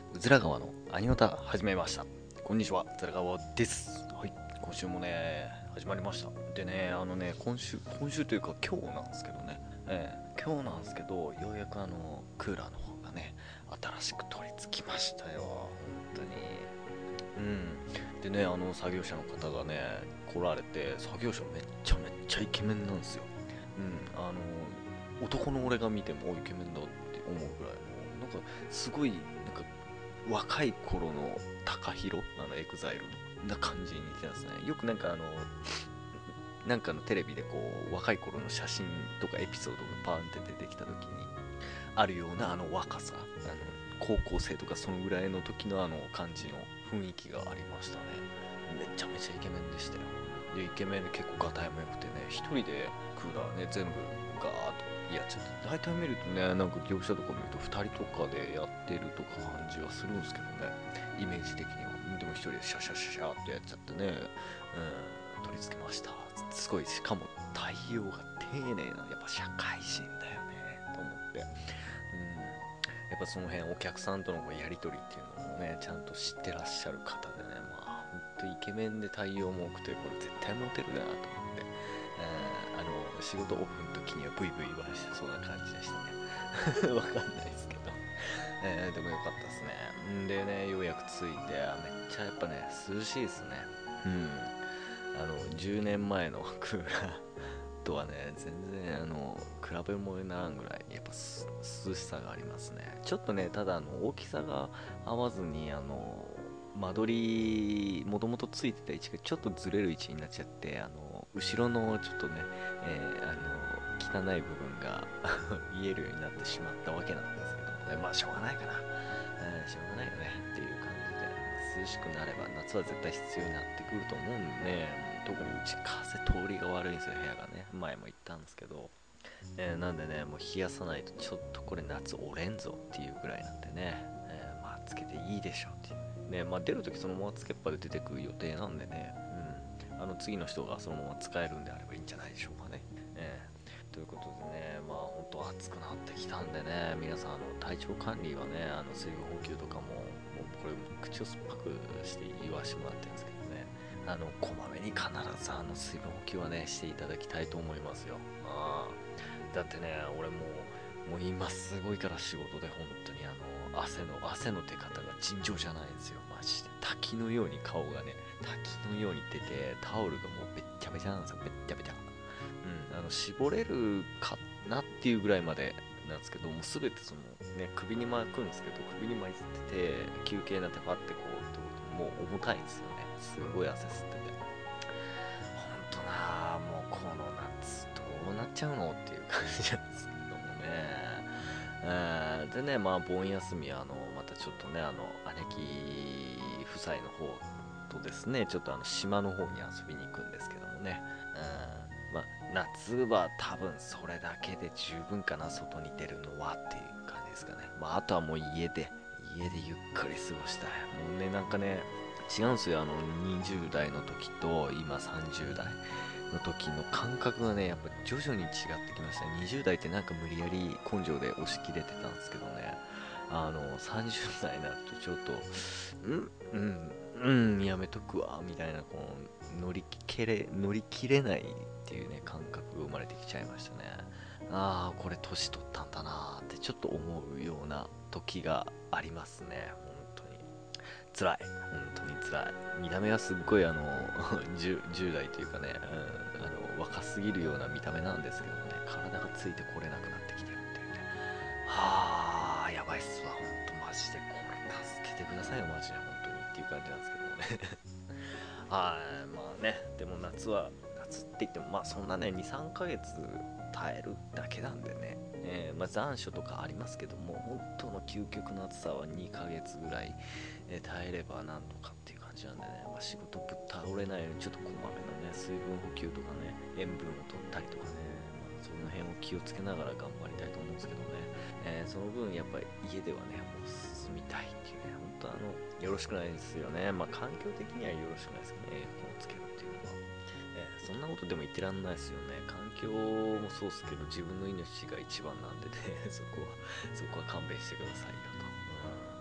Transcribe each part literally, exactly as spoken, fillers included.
うずら川のアニオタ始めました。こんにちは、うずら川です。はい、今週もね、始まりました。でね、あのね、今週、今週というか今日なんですけどね、えー今日なんですけど、ようやくあの、クーラーの方がね、新しく取り付きましたよ。本当に。うん。でね、あの、作業者の方がね、来られて、作業者めっちゃめっちゃイケメンなんですよ。うん、あの、男の俺が見ても、おイケメンだって思うぐらいの、なんか、すごい、なんか、若い頃の高弘、あのエグザイルのな感じに似てますね。よくなんかあの、なんかのテレビでこう、若い頃の写真とかエピソードがパーンって出てきた時に、あるようなあの若さ、あの、高校生とかそのぐらいの時のあの感じの雰囲気がありましたね。めちゃめちゃイケメンでしたよ。で、イケメンで結構ガタイも良くてね、一人でクーラーね、全部ガーッとやっちゃって、大体見るとね、なんか業者とか見るとふたりとかでやってるとか感じはするんですけどね、イメージ的には。でも一人でシャシャシャシャーっとやっちゃってね、うん、取り付けました。すごい、しかも対応が丁寧な、やっぱ社会人だよね、と思って。うん、やっぱその辺お客さんとのやり取りっていうのをね、ちゃんと知ってらっしゃる方でね、まあ、ほんとイケメンで対応も多くて、これ絶対モテるなと思って、えーあの、仕事オフの時にはブイブイ言わしてそうな感じでしたね。わかんないですけど。えーでもよかったですね。んでね、ようやく着いて、めっちゃやっぱね、涼しいですね。うん。あの、じゅうねんまえのクーラーとはね、全然あの比べ物にならんぐらいやっぱ涼しさがありますね。ちょっとね、ただあの大きさが合わずに、あの間取りもともとついてた位置がちょっとずれる位置になっちゃって、あの後ろのちょっとね、えーあの汚い部分が見えるようになってしまったわけなんですけどもね、まあしょうがないかな、えーしょうがないよねっていう感じで、涼しくなれば夏は絶対必要になってくると思うんで、特にうち風通りが悪いんですよ、部屋がね。前も言ったんですけど、えーなんでね、もう冷やさないとちょっとこれ夏折れんぞっていうぐらいなんでね、えーまあつけていいでしょうっていうね。まあ出るときそのままつけっぱで出てくる予定なんでね、うん、あの次の人がそのまま使えるんであればいいんじゃないでしょうかね。えーということでね、まあ本当暑くなってきたんでね、皆さんあの体調管理はね、あの水分補給とかも、もうこれ口を酸っぱくして言わしてもらってるんですけどね、あのこまめに必ずあの水分補給はねしていただきたいと思いますよ。ああ、だってね、俺もうもう今すごいから仕事で本当にあの汗の汗の出方が尋常じゃないんですよ。マジで滝のように顔がね、滝のように出て、タオルがもうべっちゃべちゃなんですよ。べっちゃべちゃ。うん、あの絞れるかなっていうぐらいまでなんですけども、すべてそのね、首に巻くんですけど、首に巻いてて休憩になってパッてこうってこともう重たいんですよね。すごい汗吸ってて、ほんとなあ、もうこの夏どうなっちゃうのっていう感じなんですけどもね。えーでね、まあ盆休み、あのまたちょっとね、あの姉貴夫妻の方とですね、ちょっとあの島の方に遊びに行くんですけどもね、うん、まあ夏は多分それだけで十分かな、外に出るのはっていう感じですかね。まああとはもう家で家でゆっくり過ごしたい。もうね、なんかね、違うんですよ、あのにじゅう代の時と今さんじゅう代の時の感覚がね、やっぱ徐々に違ってきましたね。にじゅう代ってなんか無理やり根性で押し切れてたんですけどね、あのさんじゅう代になるとちょっと、うんうんうんやめとくわみたいな、こう乗り切れ乗り切れないっていうね感覚が生まれてきちゃいましたね。ああ、これ年取ったんだなーってちょっと思うような時がありますね、本当に。辛い。本当に辛い。見た目はすっごいあの 10, じゅう代というかね、うん、あの若すぎるような見た目なんですけどもね、体がついてこれなくなってきてるっていうね。はあ、やばいっすわ。ほんとマジでこれ助けてくださいよ、マジで本当にっていう感じなんですけどもね。はい、まあね、でも夏は、夏って言っても、まあそんなね、に、さんかげつ耐えるだけなんでね、えーまあ残暑とかありますけども、本当の究極の暑さはにかげつぐらい、えー耐えればなんとかっていう感じなんでね、まあ、仕事ぶっ倒れないようにちょっとこまめなね、水分補給とかね、塩分を取ったりとかね、まあその辺を気をつけながら頑張りたいと思うんですけどね、えーその分やっぱり家ではね、もう住みたいっていうね、本当あの、よろしくないですよね。まあ環境的にはよろしくないですけどね、エアコンをつけるっていうのは。えーそんなことでも言ってらんないですよね。環境もそうですけど、自分の命が一番なんでね、そこは、そこは勘弁してくださいよと。うん、っていう感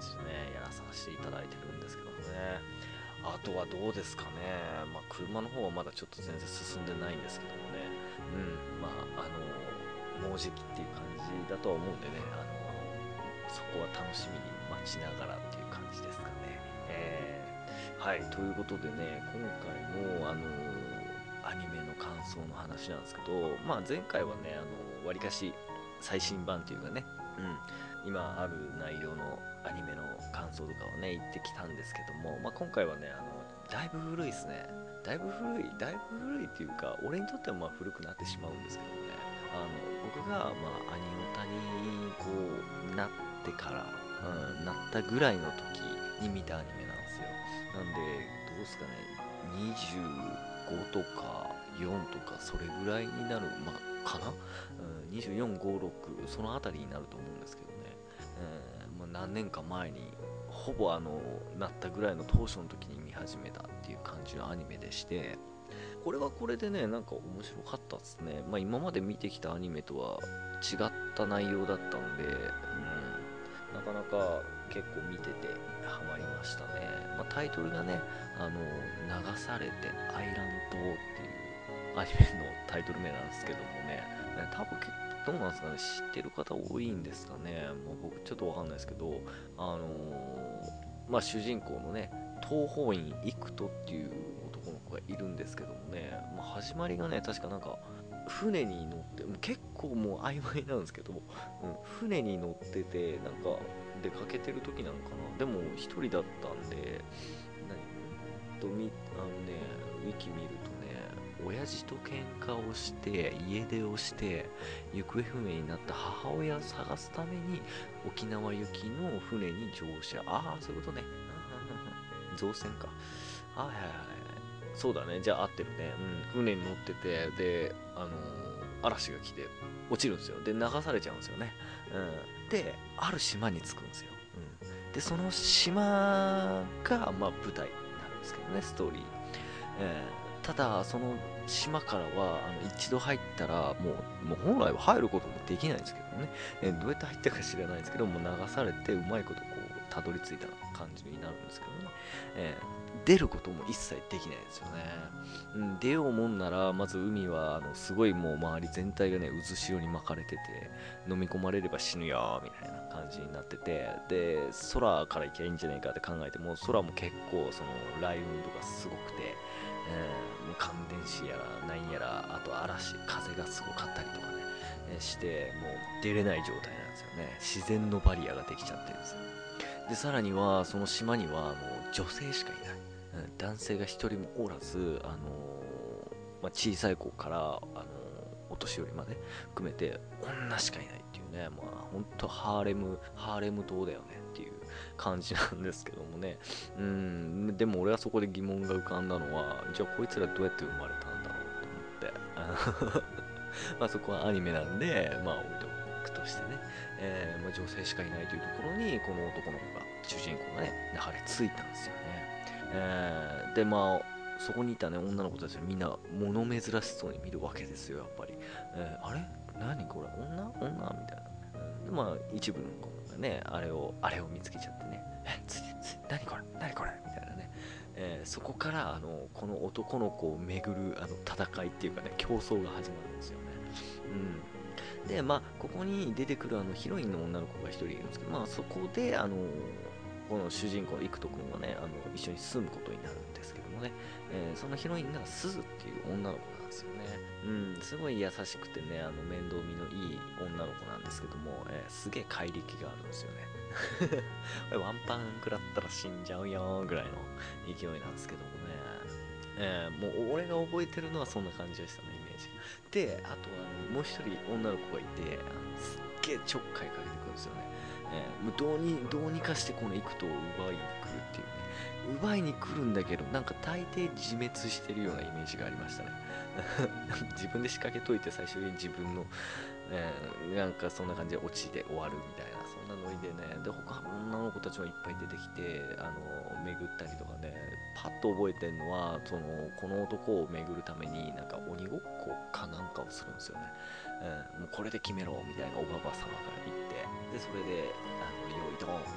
じでね、やらさせていただいてるんですけどもね。あとはどうですかね。まあ、車の方はまだちょっと全然進んでないんですけどもね。うん、まあ、あの、もうじきっていう感じだとは思うんでね、あの、そこは楽しみに待ちながらっていう感じですかね。えー、はい、ということでね、今回の、あの、アニメの感想の話なんですけど、まあ、前回はね、あの、わりかし最新版っていうかね、うん、今ある内容のアニメの感想とかをね言ってきたんですけども、まあ、今回はねあのだいぶ古いですね。だいぶ古いだいぶ古いっていうか俺にとってはまあ古くなってしまうんですけどもね、あの僕がまあアニオタにこうなってから、うん、なったぐらいの時に見たアニメなんですよ。なんでどうですかね、にじゅうごとかよんとかそれぐらいになる、まあ、かな、うん、にじゅうよん、ご、ろくそのあたりになると思うんですけどね、えーまあ、何年か前にほぼあのなったぐらいの当初の時に見始めたっていう感じのアニメでして、これはこれでねなんか面白かったですね。まあ、今まで見てきたアニメとは違った内容だったんで、うん、なかなか結構見ててハマりましたね。まあ、タイトルがね、あの流されてアイラン島っていうアニメのタイトル名なんですけどもね、多分結構どうなんですかね、知ってる方多いんですかね。まあ、僕ちょっとわかんないですけど、あのーまあ、主人公のね、東方院幾人っていう男の子がいるんですけどもね、まあ、始まりがね、確かなんか、船に乗って、もう結構もう曖昧なんですけど、うん、船に乗ってて、なんか出かけてる時なのかな。でも一人だったんで、何とみ、あのね、ウィキ見るとね、親父と喧嘩をして家出をして行方不明になった母親を探すために沖縄行きの船に乗車。ああそういうことね。造船か。はいはいはい。そうだね。じゃあ合ってるね。うん。船に乗ってて、で、あのー嵐が来て落ちるんですよ。で、流されちゃうんですよね。うん。で、ある島に着くんですよ。うん。で、その島が、まあ、舞台になるんですけどね、ストーリー。えーただ、その島からはあの一度入ったらもう、もう本来は入ることもできないんですけどね、えーどうやって入ったか知らないんですけども、流されてうまいことこうたどり着いた感じになるんですけどね、えー出ることも一切できないんですよね。うん、出ようもんならまず海はあのすごいもう周り全体がね渦潮に巻かれてて、飲み込まれれば死ぬよみたいな感じになってて、で空から行けばいいんじゃないかって考えても、空も結構その雷雲とかすごくて、えーもう感電死やらなんやら、あと嵐風がすごかったりとかね、えーしてもう出れない状態なんですよね。自然のバリアができちゃってるんですよ。でさらにはその島にはもう女性しかいない、うん、男性が一人もおらず、あのーまあ、小さい子から、あのーお年寄りまで含めて女しかいないっていうね、まあ本当ハーレムハーレム島だよねっていう感じなんですけどもね。うん、でも俺はそこで疑問が浮かんだのは、じゃあこいつらどうやって生まれたんだろうと思って。まあそこはアニメなんで、まあ置いとくとしてね、えーまあ、女性しかいないというところに、この男の子が、主人公がね、流れ着いたんですよね。えーで、まあ、そこにいたね、女の子たちはみんな物珍しそうに見るわけですよ、やっぱり。えーあれ何これ女女みたいな。うんで、まあ、一部の子がね、あれを、あれを見つけちゃってね、え、ついつい、何これ何これみたいなね。えーそこからあのこの男の子をめぐるあの戦いっていうかね、競争が始まるんですよね。うん、でまあここに出てくるあのヒロインの女の子が一人いるんですけど、まあそこであのこの主人公の幾人君はね、あの一緒に住むことになるんですけどもね、えーそのヒロインがすずっていう女の子なんですよね。うん、すごい優しくてね、あの面倒見のいい女の子なんですけども、えーすげえ怪力があるんですよね。これワンパン食らったら死んじゃうよーぐらいの勢いなんですけどもね。えーもう俺が覚えてるのはそんな感じでしたね、イメージ。で、あとあのもう一人女の子がいて、あのすっげえちょっかいかけてくるんですよね。えーもうどうにどうにかしてこの幾人を奪いに来るっていうね。奪いに来るんだけど、なんか大抵自滅してるようなイメージがありましたね。自分で仕掛けといて最終的に自分のえーなんかそんな感じで落ちて終わるみたいな、そんなノリでね、で、他の女の子たちもいっぱい出てきて、あの、巡ったりとかね、パッと覚えてるのは、その、この男を巡るために、なんか鬼ごっこかなんかをするんですよね。うん、もうこれで決めろみたいなおばば様が言って、で、それで、あの、用意ドンみたいな感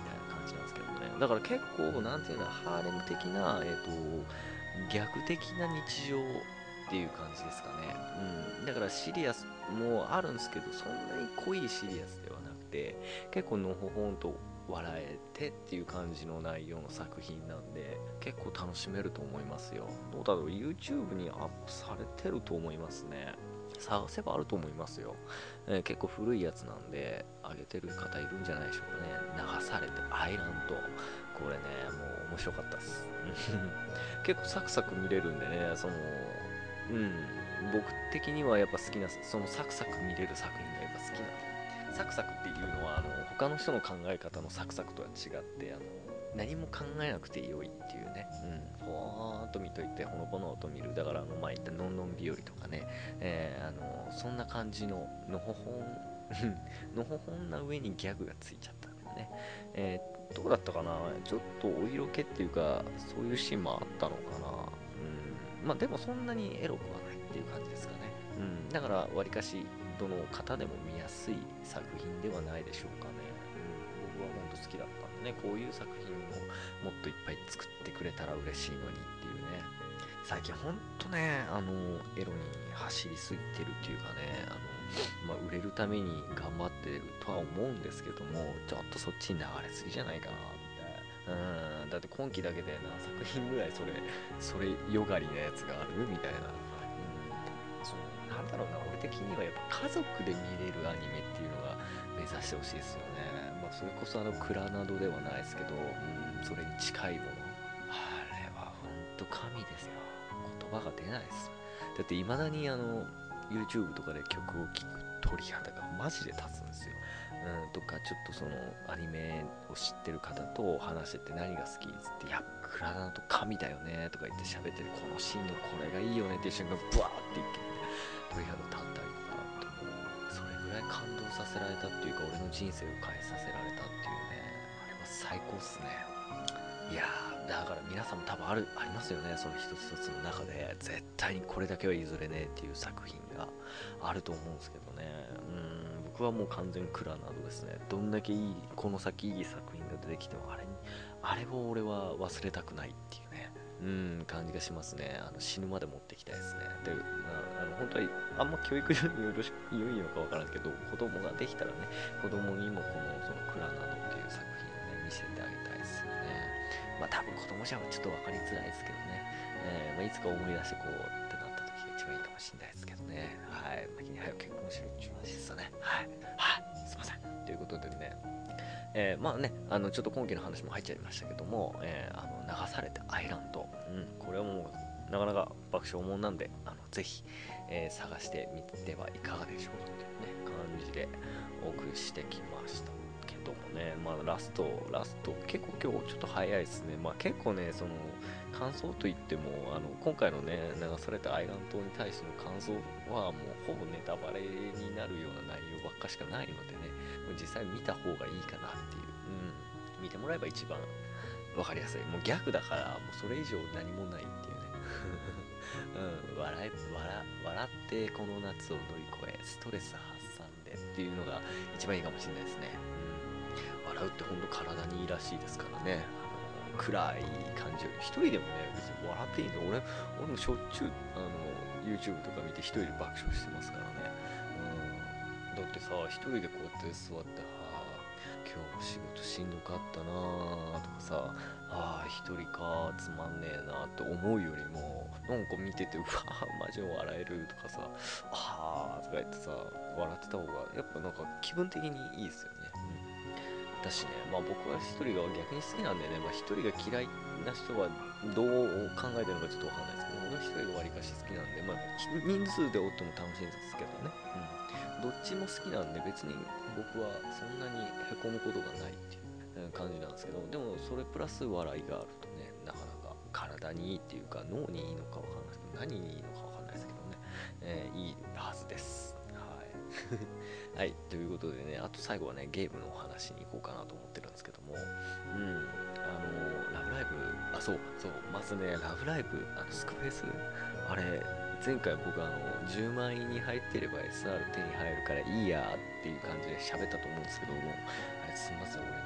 じなんですけどもね。だから結構、なんていうの、ハーレム的な、えっと、逆的な日常っていう感じですかね。うん。だからシリアスもあるんですけど、そんなに濃いシリアスではなくて、結構のほほんと笑えてっていう感じの内容の作品なんで、結構楽しめると思いますよ。どうだろう、YouTube にアップされてると思いますね。探せばあると思いますよ。えー結構古いやつなんで、上げてる方いるんじゃないでしょうかね。流されてアイランド。これね、もう面白かったっす。結構サクサク見れるんでね、その、うん、僕的にはやっぱ好きな、そのサクサク見れる作品がやっぱ好きなんで。サクサクっていうのは、あの、他の人の考え方のサクサクとは違って、あの、何も考えなくて良いっていうね、うん、ほわーっと見といて、ほのぼのと見る。だから、あの、前言ったのんのん日和とかね、えー、あの、そんな感じの、のほほん、のほほんな上にギャグがついちゃったんだよね。えー、どうだったかな、ちょっとお色気っていうか、そういうシーンもあったのかな。うん、まあでもそんなにエロくはないっていう感じですかね。うん、だから、わりかし、どの方でも見やすい作品ではないでしょうかね。うん、僕は本当好きだったんでね、こういう作品をもっといっぱい作ってくれたら嬉しいのにっていうね。最近ほんとね、あの、エロに走りすぎてるっていうかね、あの、まあ、売れるために頑張ってるとは思うんですけども、ちょっとそっちに流れすぎじゃないかなって。うん、だって今期だけで何作品ぐらいそれ、それよがりなやつがあるみたいな。うん、そう、なんだろうな、俺的にはやっぱ家族で見れるアニメっていうのが目指してほしいですよね。まあ、それこそあの、クラなどではないですけど、うん、それに近いもの。あれはほんと神ですよ。言葉が出ないです。だって未だにあの YouTube とかで曲を聴く鳥肌がマジで立つんですよ。うん、とかちょっとそのアニメを知ってる方と話してて何が好きっつって「いやクラナと神だよね」とか言って喋っててこのシーンのこれがいいよねっていう瞬間ブワーって一気に鳥肌立ったりとかあともうそれぐらい感動させられたっていうか俺の人生を変えさせられたっていうねあれは最高っすね。いやーだから皆さんも多分あるありますよねその一つ一つの中で絶対にこれだけは譲れねえっていう作品があると思うんですけどねうん僕はもう完全にクラなどですねどんだけいいこの先いい作品が出てきてもあれにあれを俺は忘れたくないっていうねうん感じがしますねあの死ぬまで持っていきたいですねで、まあ、あの本当にあんま教育上によろしく良いのかわからんけど子供ができたらね子供にもこのそのクラなどっていう作品をね見せてあげたいですよねまあ多分子供じゃちょっと分かりづらいですけどね、えーまあ、いつか思い出してこうってなった時が一番いいかもしれないですけどねはい先に早く結婚しろっていう話ですよねはいはいすいませんということでねえー、まあね、あのちょっと今期の話も入っちゃいましたけども、えー、あの流されてアイランド、うん、これはもうなかなか爆笑もんなんで、あのぜひ、えー、探してみてはいかがでしょうかというね、感じでお送りしてきました。けどもね、まあラスト、ラスト、結構今日ちょっと早いですね。まあ結構ね、その、感想といっても、あの、今回のね、流されたアイランドに対しての感想はもうほぼネタバレになるような内容ばっかしかないのでね、実際見た方がいいかなっていう、うん、見てもらえば一番分かりやすいもうギャグだからもうそれ以上何もないっていうねうん、笑い笑笑ってこの夏を乗り越えストレス発散でっていうのが一番いいかもしれないですね、うん、笑うって本当体にいいらしいですからねあの暗い感じより一人でもね別に笑っていいんだ俺俺もしょっちゅうあの YouTube とか見て一人で爆笑してますからね、うん、だってさ一人でこうやって座ってはあ今日も仕事しんどかったなーとかさああ一人かつまんねえなって思うよりもなんか見ててうわマジで笑えるとかさああとか言ってさ笑ってた方がやっぱなんか気分的にいいですよね、うん、だしねまあ僕は一人が逆に好きなんでねまあ一人が嫌いな人はどう考えてるのかちょっとわかんないですけど俺は一人がわりかし好きなんでまあ人数でおっても楽しいんですけどね、うん、どっちも好きなんで別に僕はそんなにへこむことがないっていう感じなんですけどでもそれプラス笑いがあるとねなかなか体にいいっていうか脳にいいのかわかんないですけど何にいいのかわかんないですけどね、えーいいはずですはいはいということでねあと最後はねゲームのお話に行こうかなと思ってるんですけどもうんあのラブライブあそうそうまずねラブライブあのスクフェスあれ前回僕あのじゅうまん円に入ってれば エスアール 手に入るからいいやっていう感じで喋ったと思うんですけどもあれすみません俺ね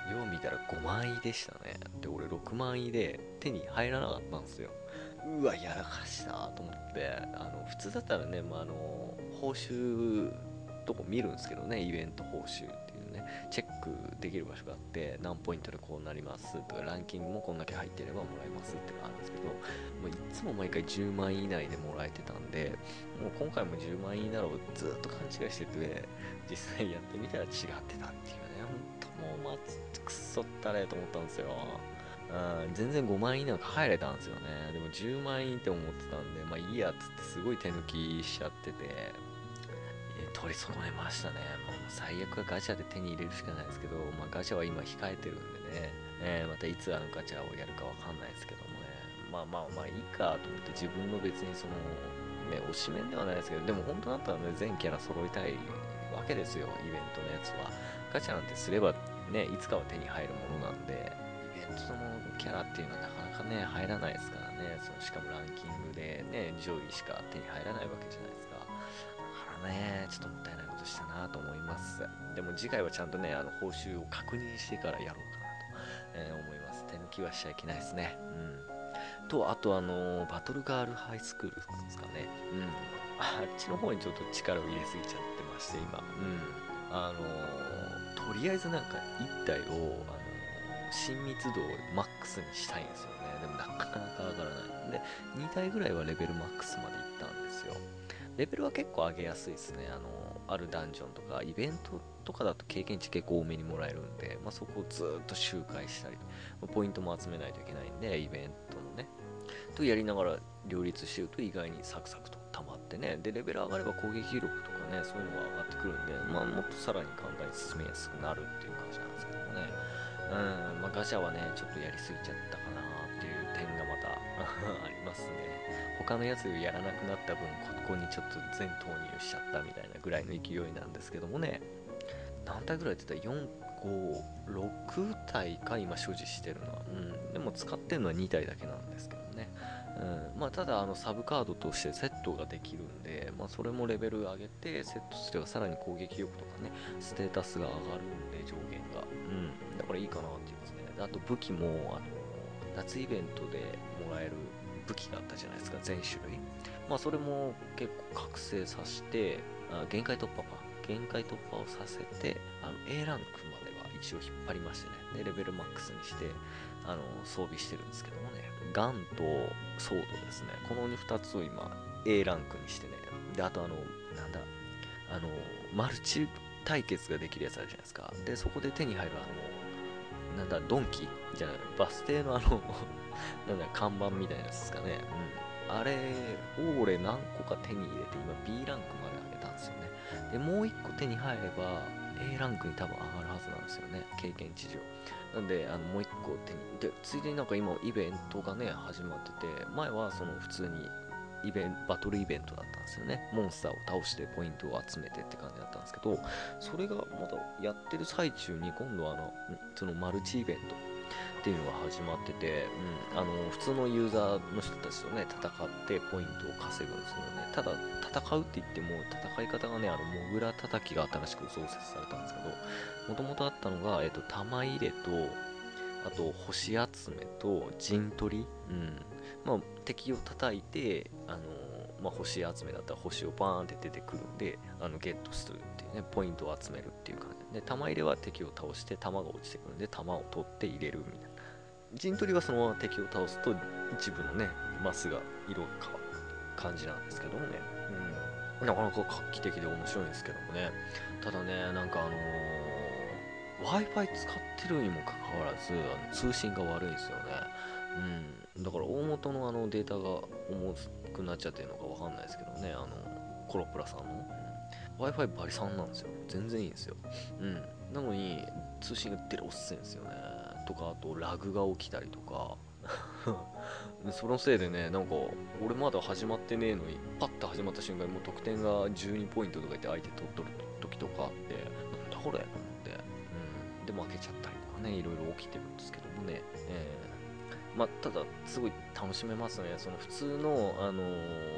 よう見たらごまんいでしたね。で、俺ろくまんいで手に入らなかったんですよ。うわ、やらかしたと思って、あの、普通だったらね、まあ、あの、報酬とこ見るんですけどね、イベント報酬っていうね、チェックできる場所があって、何ポイントでこうなりますとか、ランキングもこんだけ入ってればもらえますってのがあるんですけど、もういつも毎回じゅうまんい以内でもらえてたんで、もう今回もじゅうまんいだろうずっと勘違いしてて、実際やってみたら違ってたっていうね、ほんともう、まあ、くっそったれと思ったんですよ。うん、全然ごまんいなんか入れたんですよね。でもじゅうまんいって思ってたんで、まあいいやっつってすごい手抜きしちゃってて、え取り損ねましたね。もう最悪はガチャで手に入れるしかないですけど、まあガチャは今控えてるんでね、えーまたいつあのガチャをやるかわかんないですけどもね、まあまあまあいいかと思って自分の別にその、ね、推しメンではないですけど、でも本当だったらね、全キャラ揃いたいわけですよ、イベントのやつは。ガチャなんてすればね、いつかは手に入るものなんで、イベントのキャラっていうのはなかなかね、入らないですからね、そのしかもランキングでね、上位しか手に入らないわけじゃないですか。だからね、ちょっともったいないことしたなと思います。でも次回はちゃんとね、あの報酬を確認してからやろうかなと、えー思います。手抜きはしちゃいけないですね。うん。と、あとあのーバトルガールハイスクールですかね。うん。あっちの方にちょっと力を入れすぎちゃってまして、今。うん。あのーとりあえずなんかいったいを、あのー親密度をマックスにしたいんですよね。でもなかなか上がらない。で、にたいぐらいはレベルマックスまでいったんですよ。レベルは結構上げやすいですね。あの、あるダンジョンとか、イベントとかだと経験値結構多めにもらえるんで、まあ、そこをずーっと周回したり、ポイントも集めないといけないんで、イベントのね、とやりながら両立してると意外にサクサクと溜まってね、で、レベル上がれば攻撃力とかね、そういうのが上がってくるんで、まあ、もっとさらに簡単に進めやすくなるっていう感じなんですけどもね。うん、まあ、ガチャはね、ちょっとやりすぎちゃったかなっていう点がまたありますね。他のやつをやらなくなった分、ここにちょっと全投入しちゃったみたいなぐらいの勢いなんですけどもね。何体ぐらいって言ったらよん、ご、ろくたいか今所持してるのは。うん。でも使ってるのはにたいだけなんですけどね。うん。まあただあのサブカードとしてセットができるんで、まあそれもレベル上げてセットすればさらに攻撃力とかね、ステータスが上がるんで上限が。うん。だからいいかなっていうですね。あと武器も、あの、夏イベントでもらえる武器があったじゃないですか、全種類。まあそれも結構覚醒させて、あ限界突破か。限界突破をさせて、あの A ランクまでは一応引っ張りましてね。で、レベルマックスにして、あの、装備してるんですけどもね。ガンとソードですね。このふたつを今、A ランクにしてね。で、あとあの、なんだ、あの、マルチ対決ができるやつあるじゃないですか。で、そこで手に入るあの、なんだ、ドンキじゃない、バス停のあのなんだ、看板みたいなやつですかね。うん。あれを俺何個か手に入れて、今 B ランクまで上げたんですよね。で、もういっこ手に入れば A ランクに多分上がるはずなんですよね。経験値上。なんで、あの、もういっこ手に、で、ついでになんか今イベントがね、始まってて、前はその普通にイベンバトルイベントだったんですよね。モンスターを倒してポイントを集めてって感じだったんですけど、それがまだやってる最中に今度はあの、そのマルチイベントっていうのが始まってて、うん、あの普通のユーザーの人たちとね戦ってポイントを稼ぐんですけどね、ただ戦うって言っても戦い方がね、あのモグラ叩きが新しく創設されたんですけど、もともとあったのが、えっと、玉入れと、あと星集めと陣取り、うん、まあ敵を叩いて、あのまあ、星集めだったら星をバーンって出てくるんで、あのゲットするっていうね、ポイントを集めるっていう感じで、玉入れは敵を倒して弾が落ちてくるんで弾を取って入れるみたいな。陣取りはそのまま敵を倒すと一部のねマスが色が変わる感じなんですけどもね、うん、なかなか画期的で面白いんですけどもね。ただね、なんかあのー、Wi-Fi 使ってるにもかかわらずあの通信が悪いんですよね。うん、だから大元のあのデータが重くなっちゃってるのかわかんないですけどね、あのコロプラさんの、うん、Wi-Fi バリさんなんですよ。全然いいんですよ。うん、なのに通信が出るおっせんですよね。とか、あとラグが起きたりとかそのせいでね、なんか俺まだ始まってねえのにパッと始まった瞬間にもう得点がじゅうにポイントとか言って相手取っとる時とかあって、なんだこれと思って、うん、で負けちゃったりとかね、いろいろ起きてるんですけどもね、えー、まあただすごい楽しめますね。その普通のあのー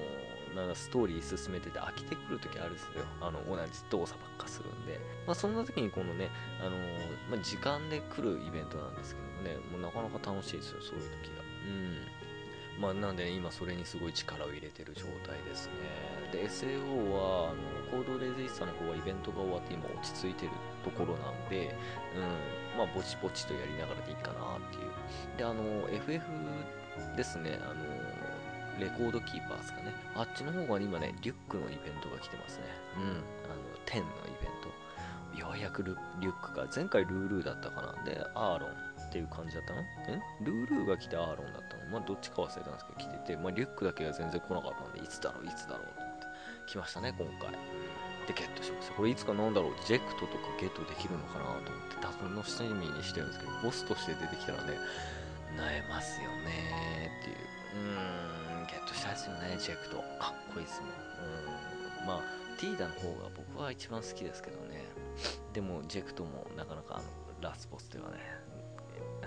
なんかストーリー進めてて飽きてくる時あるんですよ。あの同じ動作ばっかするんで、まあ、そんな時にこのね、あのまあ、時間で来るイベントなんですけどもね、もうなかなか楽しいですよ、そういう時が。うん。まあ、なんで、ね、今それにすごい力を入れてる状態ですね。で、エスエーオー は、あの、コードレジスタの方はイベントが終わって今落ち着いてるところなんで、うん、まあ、ぼちぼちとやりながらでいいかなっていう。で、あの、エフエフ ですね、あの、レコードキーパーですかね。あっちの方が今ね、リュックのイベントが来てますね。うん、あの、テンのイベント。ようやくルリュックが、前回ルールーだったかな。で、アーロンっていう感じだったのんルールーが来てアーロンだったのまあ、どっちか忘れたんですけど、来てて、まあ、リュックだけが全然来なかったんで、いつだろう、いつだろうと思って、来ましたね、今回。で、ゲットしました。これいつかなんだろう、ジェクトとかゲットできるのかなと思って、楽しみにしてるんですけど、ボスとして出てきたらね、なえますよねっていう。うーん、ゲットしたいですよね、ジェクト。かっこいいですもん。うーん、まあ、ティーダの方が僕は一番好きですけどね。でも、ジェクトもなかなかあのラスボスではね、うん、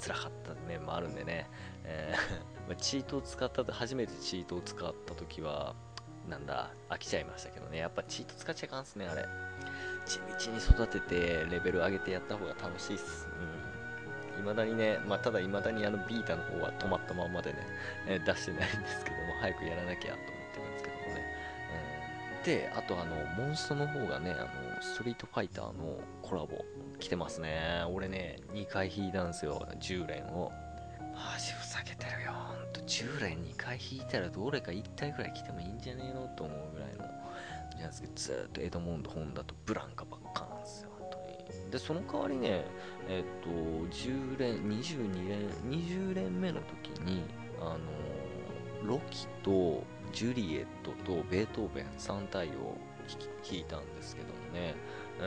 辛かった面もあるんでね、えーまあ、チートを使ったと、初めてチートを使った時は、なんだ、飽きちゃいましたけどね、やっぱチート使っちゃいかんっすね、あれ。地道に育てて、レベル上げてやった方が楽しいっす。うん。未だにね、まあ、ただ未だにあのビータの方は止まったままでね、えー出してないんですけども、早くやらなきゃと思ってるんですけどもね。うん、で、あとあの、モンストの方がね、あの、ストリートファイターのコラボ来てますね。俺ね、にかい引いたんですよ、じゅう連を。マジふざけてるよ。ほんと、じゅう連にかい引いたらどれかいち体ぐらい来てもいいんじゃねえのと思うぐらいの。じゃないですけど、ずーっとエドモンド・ホンダとブランカばっかなんですよ、本当に。で、その代わりね、えっと、じゅう連、にじゅうに連、にじゅう連目の時に、あのーロキとジュリエットとベートーベンさん体を弾いたんですけどもね、うん、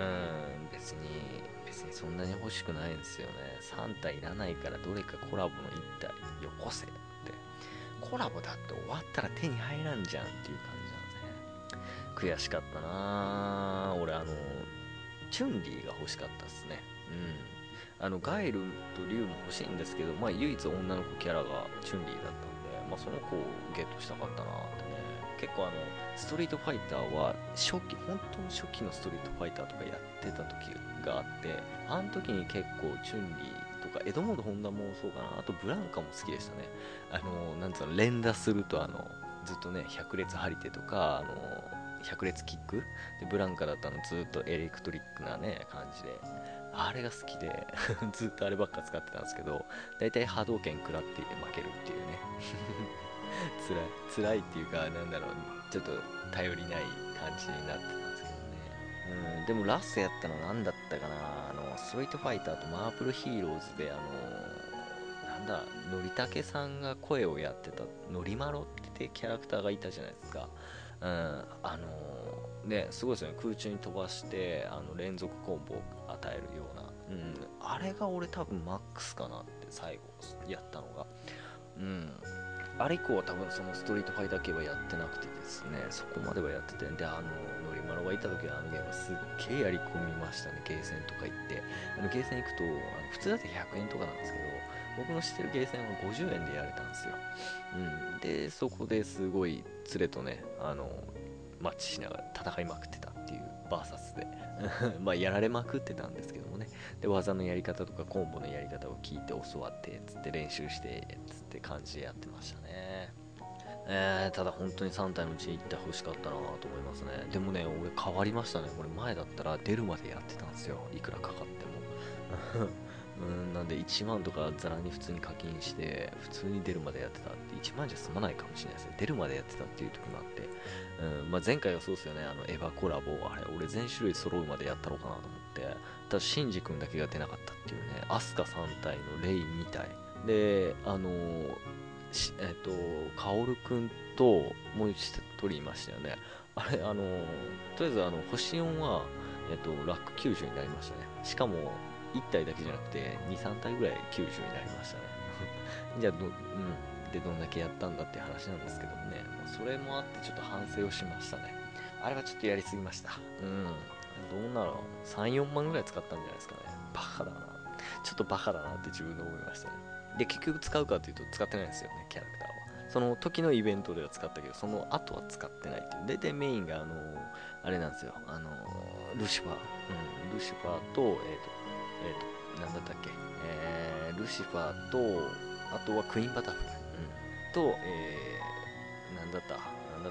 別に、別にそんなに欲しくないんですよね。さん体いらないからどれかコラボのいち体よこせって。コラボだって終わったら手に入らんじゃんっていう感じなんですね。悔しかったなぁ。俺あの、チュンリーが欲しかったっすね。うん。あの、ガイルとリュウも欲しいんですけど、まあ唯一女の子キャラがチュンリーだったんで、まあその子をゲットしたかったなーってね。結構あの、ストリートファイターは初期、本当の初期のストリートファイターとかやってた時があって、あの時に結構チュンリーとか、エドモンド・ホンダもそうかな、あとブランカも好きでしたね。あの、なんつうの、連打するとあの、ずっとね、百列張り手とか、あの、百列キックで、ブランカだったのずっとエレクトリックなね、感じで。あれが好きでずっとあればっか使ってたんですけど、だいたい波動拳食らって負けるっていうね。辛い。辛いっていうか、なんだろう、ちょっと頼りない感じになってたんですけどね。うん、でもラストやったの何だったかな、あの、ストリートファイターとマープルヒーローズで、あの、なんだ、のりたけさんが声をやってた、のりまろってキャラクターがいたじゃないですか。うん、あのーね、すごいですよね。空中に飛ばして、あの、連続コンボを与えるような。うん、あれが俺多分マックスかなって最後やったのが。うん。あれ以降は多分そのストリートファイター系はやってなくてですね、そこまではやってて、で、あの、ノリマロがいた時はあのゲームはすっげえやり込みましたね、ゲーセンとか行って。あのゲーセン行くと、あの普通だってひゃくえんとかなんですけど、僕の知ってるゲーセンはごじゅうえんでやれたんですよ。うん。で、そこですごい連れとね、あの、マッチしながら戦いまくってたっていうバーサスでまあやられまくってたんですけどもね。で、技のやり方とかコンボのやり方を聞いて教わってつって練習してつって感じでやってましたね。えー、ただ本当にさん体のうちにいってほしかったなと思いますね。でもね、俺変わりましたね。俺前だったら出るまでやってたんですよ。いくらかかっても。うん、なんでいちまんとかザラに普通に課金して、普通に出るまでやってたって、いちまんじゃ済まないかもしれないですね。出るまでやってたっていう時もあって。うん、まあ、前回はそうですよね。あの、エヴァコラボ、あれ、俺全種類揃うまでやったのかなと思って。ただ、シンジ君だけが出なかったっていうね。アスカさん体のレイに体。で、あのーえっ、と、カオルくんと、もう一人いましたよね。あれ、あのーとりあえず、あの、星よんは、えっ、と、ラックきゅうじゅうになりましたね。しかも、いち体だけじゃなくて、に、さん体ぐらいきゅうじゅうになりましたね。じゃあど、うん。で、どんだけやったんだっていう話なんですけどもね。まあ、それもあってちょっと反省をしましたね。あれはちょっとやりすぎました。うん。どうなの ?さん、よんまんぐらい使ったんじゃないですかね。バカだな。ちょっとバカだなって自分で思いましたね。で、結局使うかというと使ってないんですよね、キャラクターは。 その時のイベントでは使ったけど、その後は使ってないっていう。大体メインが、あのあれなんですよ、あのルシファー、うん、ルシファーと、えっ、と、えっ、と、なんだったっけ、えー、ルシファーと、あとはクイーンバタフライ、うん、と、えー、なんだった、なんだった、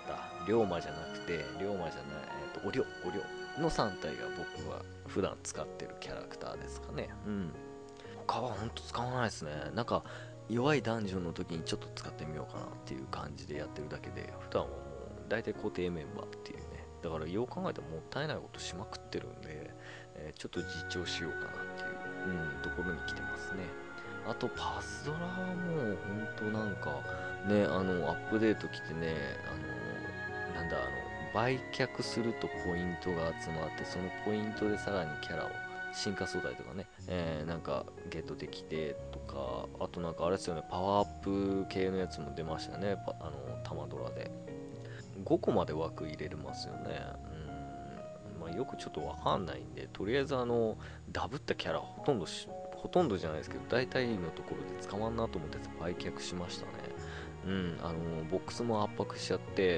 龍馬じゃなくて、龍馬じゃない、えっ、と、おりょ、おりょのさん体が僕は普段使ってるキャラクターですかね。うん。他はほんと使わないですね。なんか、弱いダンジョンの時にちょっと使ってみようかなっていう感じでやってるだけで、普段はもう大体固定メンバーっていうね。だからよう考えたらもったいないことしまくってるんで、えーちょっと実調しようかなっていう、うん、ところに来てますね。あとパズドラはもうほんとなんか、ね、あの、アップデート来てね、あの、なんだ、あの、売却するとポイントが集まって、そのポイントでさらにキャラを進化素材とかね、えーなんかゲットできてとか、あとなんかあれですよね、パワーアップ系のやつも出ましたね、パあの、玉ドラで。ごこまで枠入れれますよね。うん、まあ、よくちょっとわかんないんで、とりあえずあの、ダブったキャラほとんどし、ほとんどじゃないですけど、大体のところで使わんなと思って売却しましたね。うん、あの、ボックスも圧迫しちゃって、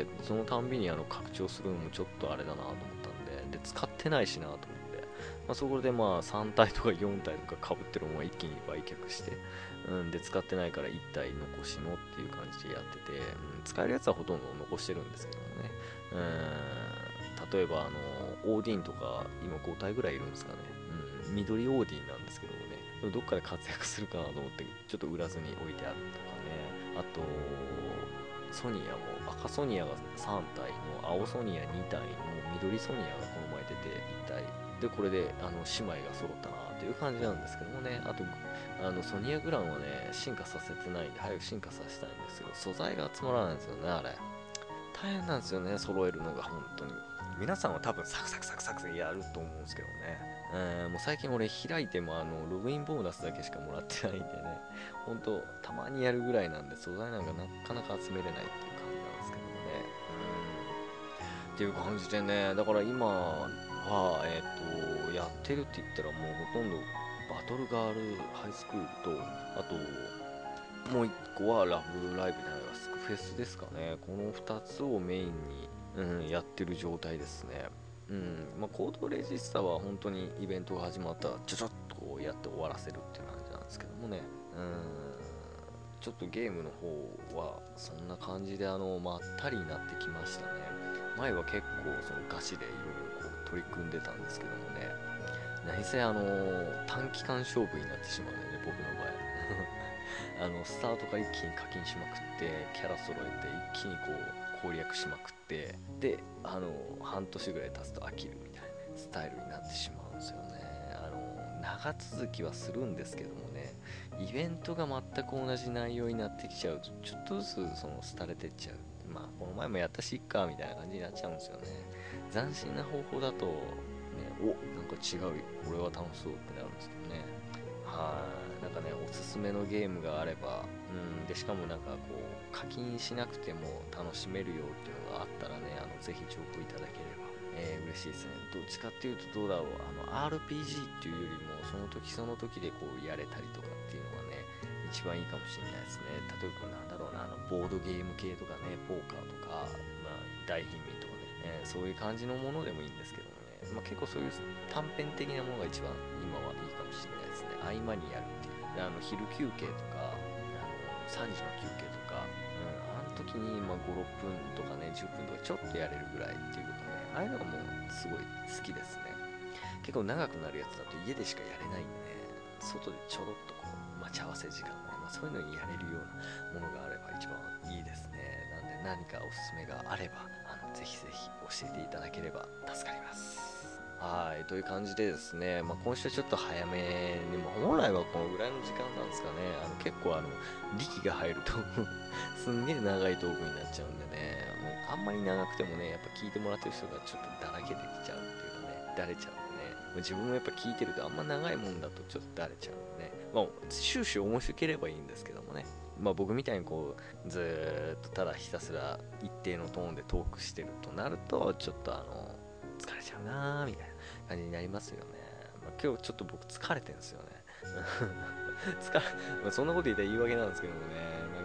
そのたんびにあの拡張するのもちょっとあれだなと思ったんで、で、使ってないしなと思って、まあ、そこでまあさん体とかよん体とか被ってるものは一気に売却して、うん、で、使ってないからいち体残しのっていう感じでやってて、うん、使えるやつはほとんど残してるんですけどもね。うん、例えばあの、オーディンとか今ご体ぐらいいるんですかね。うん、緑オーディンなんですけどもね、でもどっかで活躍するかなと思って、ちょっと売らずに置いてあるとかね。あと、ソニアも赤ソニアがさん体の青ソニアに体の緑ソニアがこの前出ていっ体で、これであの姉妹が揃ったなという感じなんですけどもね。あとあのソニアグランはね進化させてないんで早く進化させたいんですけど、素材が集まらないんですよね。あれ大変なんですよね、揃えるのが本当に。皆さんは多分サクサクサクサクやると思うんですけどね。えーもう最近俺開いてもあのログインボーナスだけしかもらってないんでね、本当たまにやるぐらいなんで素材なんかなかなか集めれないっていう感じなんですけどもね。うんっていう感じでね、だから今はえっ、とやってるって言ったらもうほとんどバトルガールハイスクールと、あともう一個はラブライブじゃないわ、スクフェスですかね。このふたつをメインに、うん、やってる状態ですね。うん、まあ、コードレジスタは本当にイベントが始まったらちょちょっとこうやって終わらせるっていう感じなんですけどもね。うん、ちょっとゲームの方はそんな感じであのまったりになってきましたね。前は結構そのガチでいろいろこう取り組んでたんですけどもね。何せあの短期間勝負になってしまうんだよね、僕の場合。あのスタートから一気に課金しまくってキャラ揃えて一気にこう攻略しまくって、であの半年ぐらい経つと飽きるみたいなスタイルになってしまうんですよね。あの長続きはするんですけどもね、イベントが全く同じ内容になってきちゃうとちょっとずつその廃れてっちゃう。まあこの前もやったしいっかみたいな感じになっちゃうんですよね。斬新な方法だとね、おなんか違うよ、これは楽しそうってなるんですけどね。はい、なんかね、おすすめのゲームがあれば、うん、で、しかもなんかこう、課金しなくても楽しめるよっていうのがあったらね、あの、ぜひ情報いただければ、えー、嬉しいですね。どっちかっていうとどうだろう、あの、アールピージー っていうよりも、その時その時でこう、やれたりとかっていうのがね、一番いいかもしれないですね。例えばなんだろうな、あの、ボードゲーム系とかね、ポーカーとか、まあ、大貧民とかね、えーそういう感じのものでもいいんですけどもね、まあ、結構そういう短編的なものが一番今はいいかもしれないですね。合間にやるっていう。であの昼休憩とか、あのさんじの休憩とか、うん、あの時にまあご、ろっぷんとかね、じゅっぷんとかちょっとやれるぐらいっていうことね、ああいうのがもうすごい好きですね。結構長くなるやつだと家でしかやれないんでね、外でちょろっとこう待ち合わせ時間ね、まあ、そういうのにやれるようなものがあれば一番いいですね。なんで何かおすすめがあれば、あのぜひぜひ教えていただければ助かります。はい、という感じでですね、まあ、今週はちょっと早めに、も本来はこのぐらいの時間なんですかね、あの結構あの力が入るとすんげえ長いトークになっちゃうんでね、もうあんまり長くてもね、やっぱ聞いてもらってる人がちょっとだらけてきちゃうっていうかね、だれちゃうんでね、もう自分もやっぱ聞いてるとあんま長いもんだとちょっとだれちゃうんでね、まあ、終始面白ければいいんですけどもね、まあ僕みたいにこう、ずーっとただひたすら一定のトーンでトークしてるとなると、ちょっとあの、疲れちゃうなーみたいな感じになりますよね。まあ、今日ちょっと僕疲れてるんですよね。疲れ、まあ、そんなこと言ったら言い訳なんですけどもね、なんか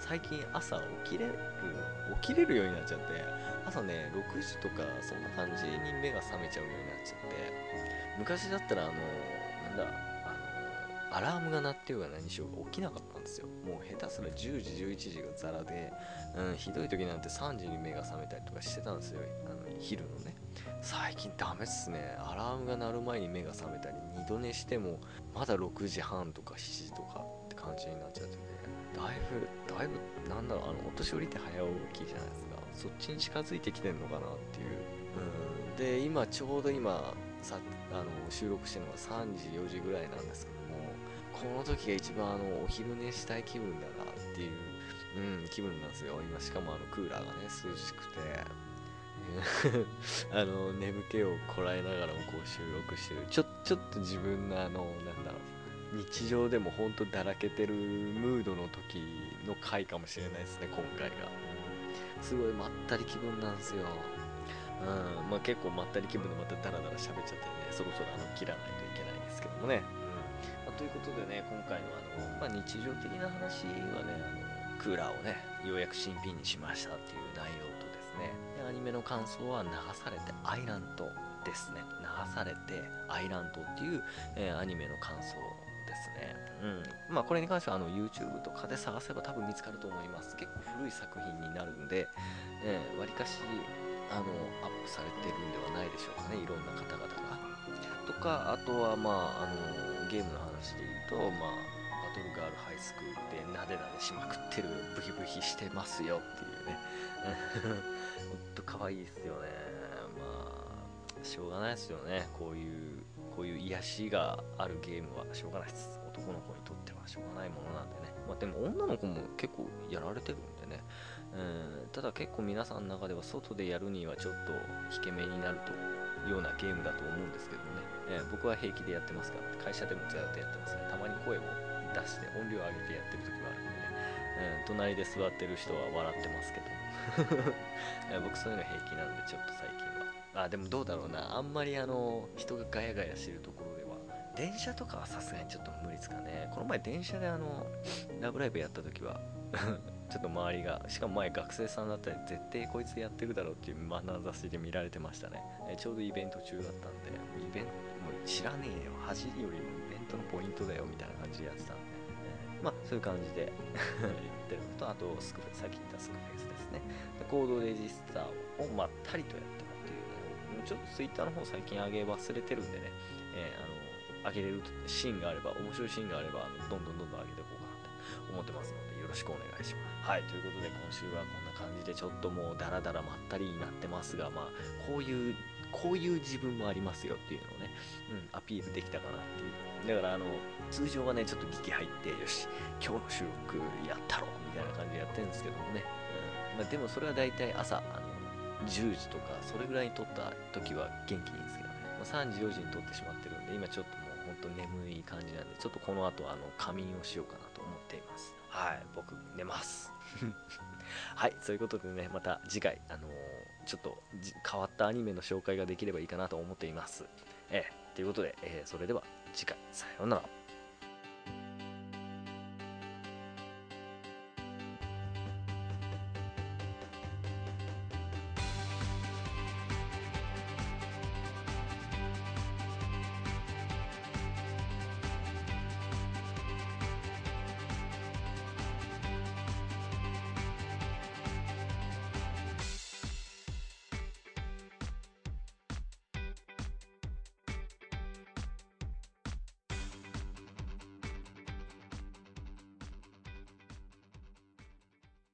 最近朝起きれる起きれるようになっちゃって、朝ねろくじとかそんな感じに目が覚めちゃうようになっちゃって、昔だったらあのなんだあのアラームが鳴ってようが何しようが起きなかったんですよ。もう下手すらじゅうじじゅういちじがザラで、うん、ひどい時なんてさんじに目が覚めたりとかしてたんですよ、あの昼のね。最近ダメっすね。アラームが鳴る前に目が覚めたり、二度寝してもまだろくじはんとかしちじとかって感じになっちゃってて、だいぶだいぶなんだろう、あのお年寄りって早起きじゃないですか。そっちに近づいてきてんのかなっていう。うんで今ちょうど今さあの収録してるのがさんじよじぐらいなんですけども、この時が一番あのお昼寝したい気分だなっていう、うん、気分なんですよ今。しかもあのクーラーがね涼しくてあの眠気をこらえながらもこう収録してる、ちょちょっと自分のあのなんだろう、日常でもほんとだらけてるムードの時の回かもしれないですね今回が。すごいまったり気分なんですよ。うんまあ、結構まったり気分でまたダラダラ喋っちゃってね、そろそろあの切らないといけないんですけどもね。うんまあ、ということでね、今回のあの、まあ、日常的な話はね、あのクーラーをねようやく新品にしましたっていう内容とですね、でアニメの感想は流されてアイランドですね。流されてアイランドっていう、えーアニメの感想ですね。うん。まあこれに関してはあの YouTube とかで探せば多分見つかると思います。結構古い作品になるんで、えー、割かしあのアップされてるんではないでしょうかね、いろんな方々が。とか、あとはまああのゲームの話で言うと、まあバトルガールハイスクールでなでなでしまくってる、ブヒブヒしてますよっていうね。ほんと可愛いっすよね。まあしょうがないですよね、こういうこういう癒しがあるゲームはしょうがないです。男の子にとってはしょうがないものなんでね。まあでも女の子も結構やられてるんでね。うんただ結構皆さんの中では外でやるにはちょっと引け目になるとようなゲームだと思うんですけどもね、えー僕は平気でやってますから、会社でもずっとやってますから、たまに声を出して音量上げてやってる時もあるんでね、うん、隣で座ってる人は笑ってますけどえー僕そういうの平気なんで、ちょっと最近はあでもどうだろうな、あんまりあの人がガヤガヤしてるところでは、電車とかはさすがにちょっと無理ですかね。この前電車であのラブライブやった時はちょっと周りが、しかも前学生さんだったり絶対こいつやってるだろうっていう眼差しで見られてましたね。えちょうどイベント中だったんで、もうイベントもう知らねえよ、走りよりもイベントのポイントだよみたいな感じでやってたんで、えーまあそういう感じで言ってるのと、あとスクフェス、さっき言ったスクフェスですね。でコードレジスターをまったりとやってもっていうね、ちょっとツイッターの方最近上げ忘れてるんでね、えーあの上げれるシーンがあれば、面白いシーンがあれば、あのどんどんどんどん上げていこうかなと思ってますので、よろしくお願いします。はい、ということで今週はこんな感じでちょっともうダラダラまったりになってますが、まあこういうこういう自分もありますよっていうのをね、うん、アピールできたかなっていう。だからあの通常はねちょっと劇入ってよし今日の収録やったろみたいな感じでやってるんですけどもね、うんまあ、でもそれは大体朝あのじゅうじとかそれぐらいに撮った時は元気いいんですけどね、まあ、さんじよじに撮ってしまってるんで今ちょっともうほんと眠い感じなんで、ちょっとこの後あの仮眠をしようかなと思っています。はい、僕寝ますはい、そういうことでね、また次回、あのーちょっと変わったアニメの紹介ができればいいかなと思っています。えー、ということで、えーそれでは次回、さようなら。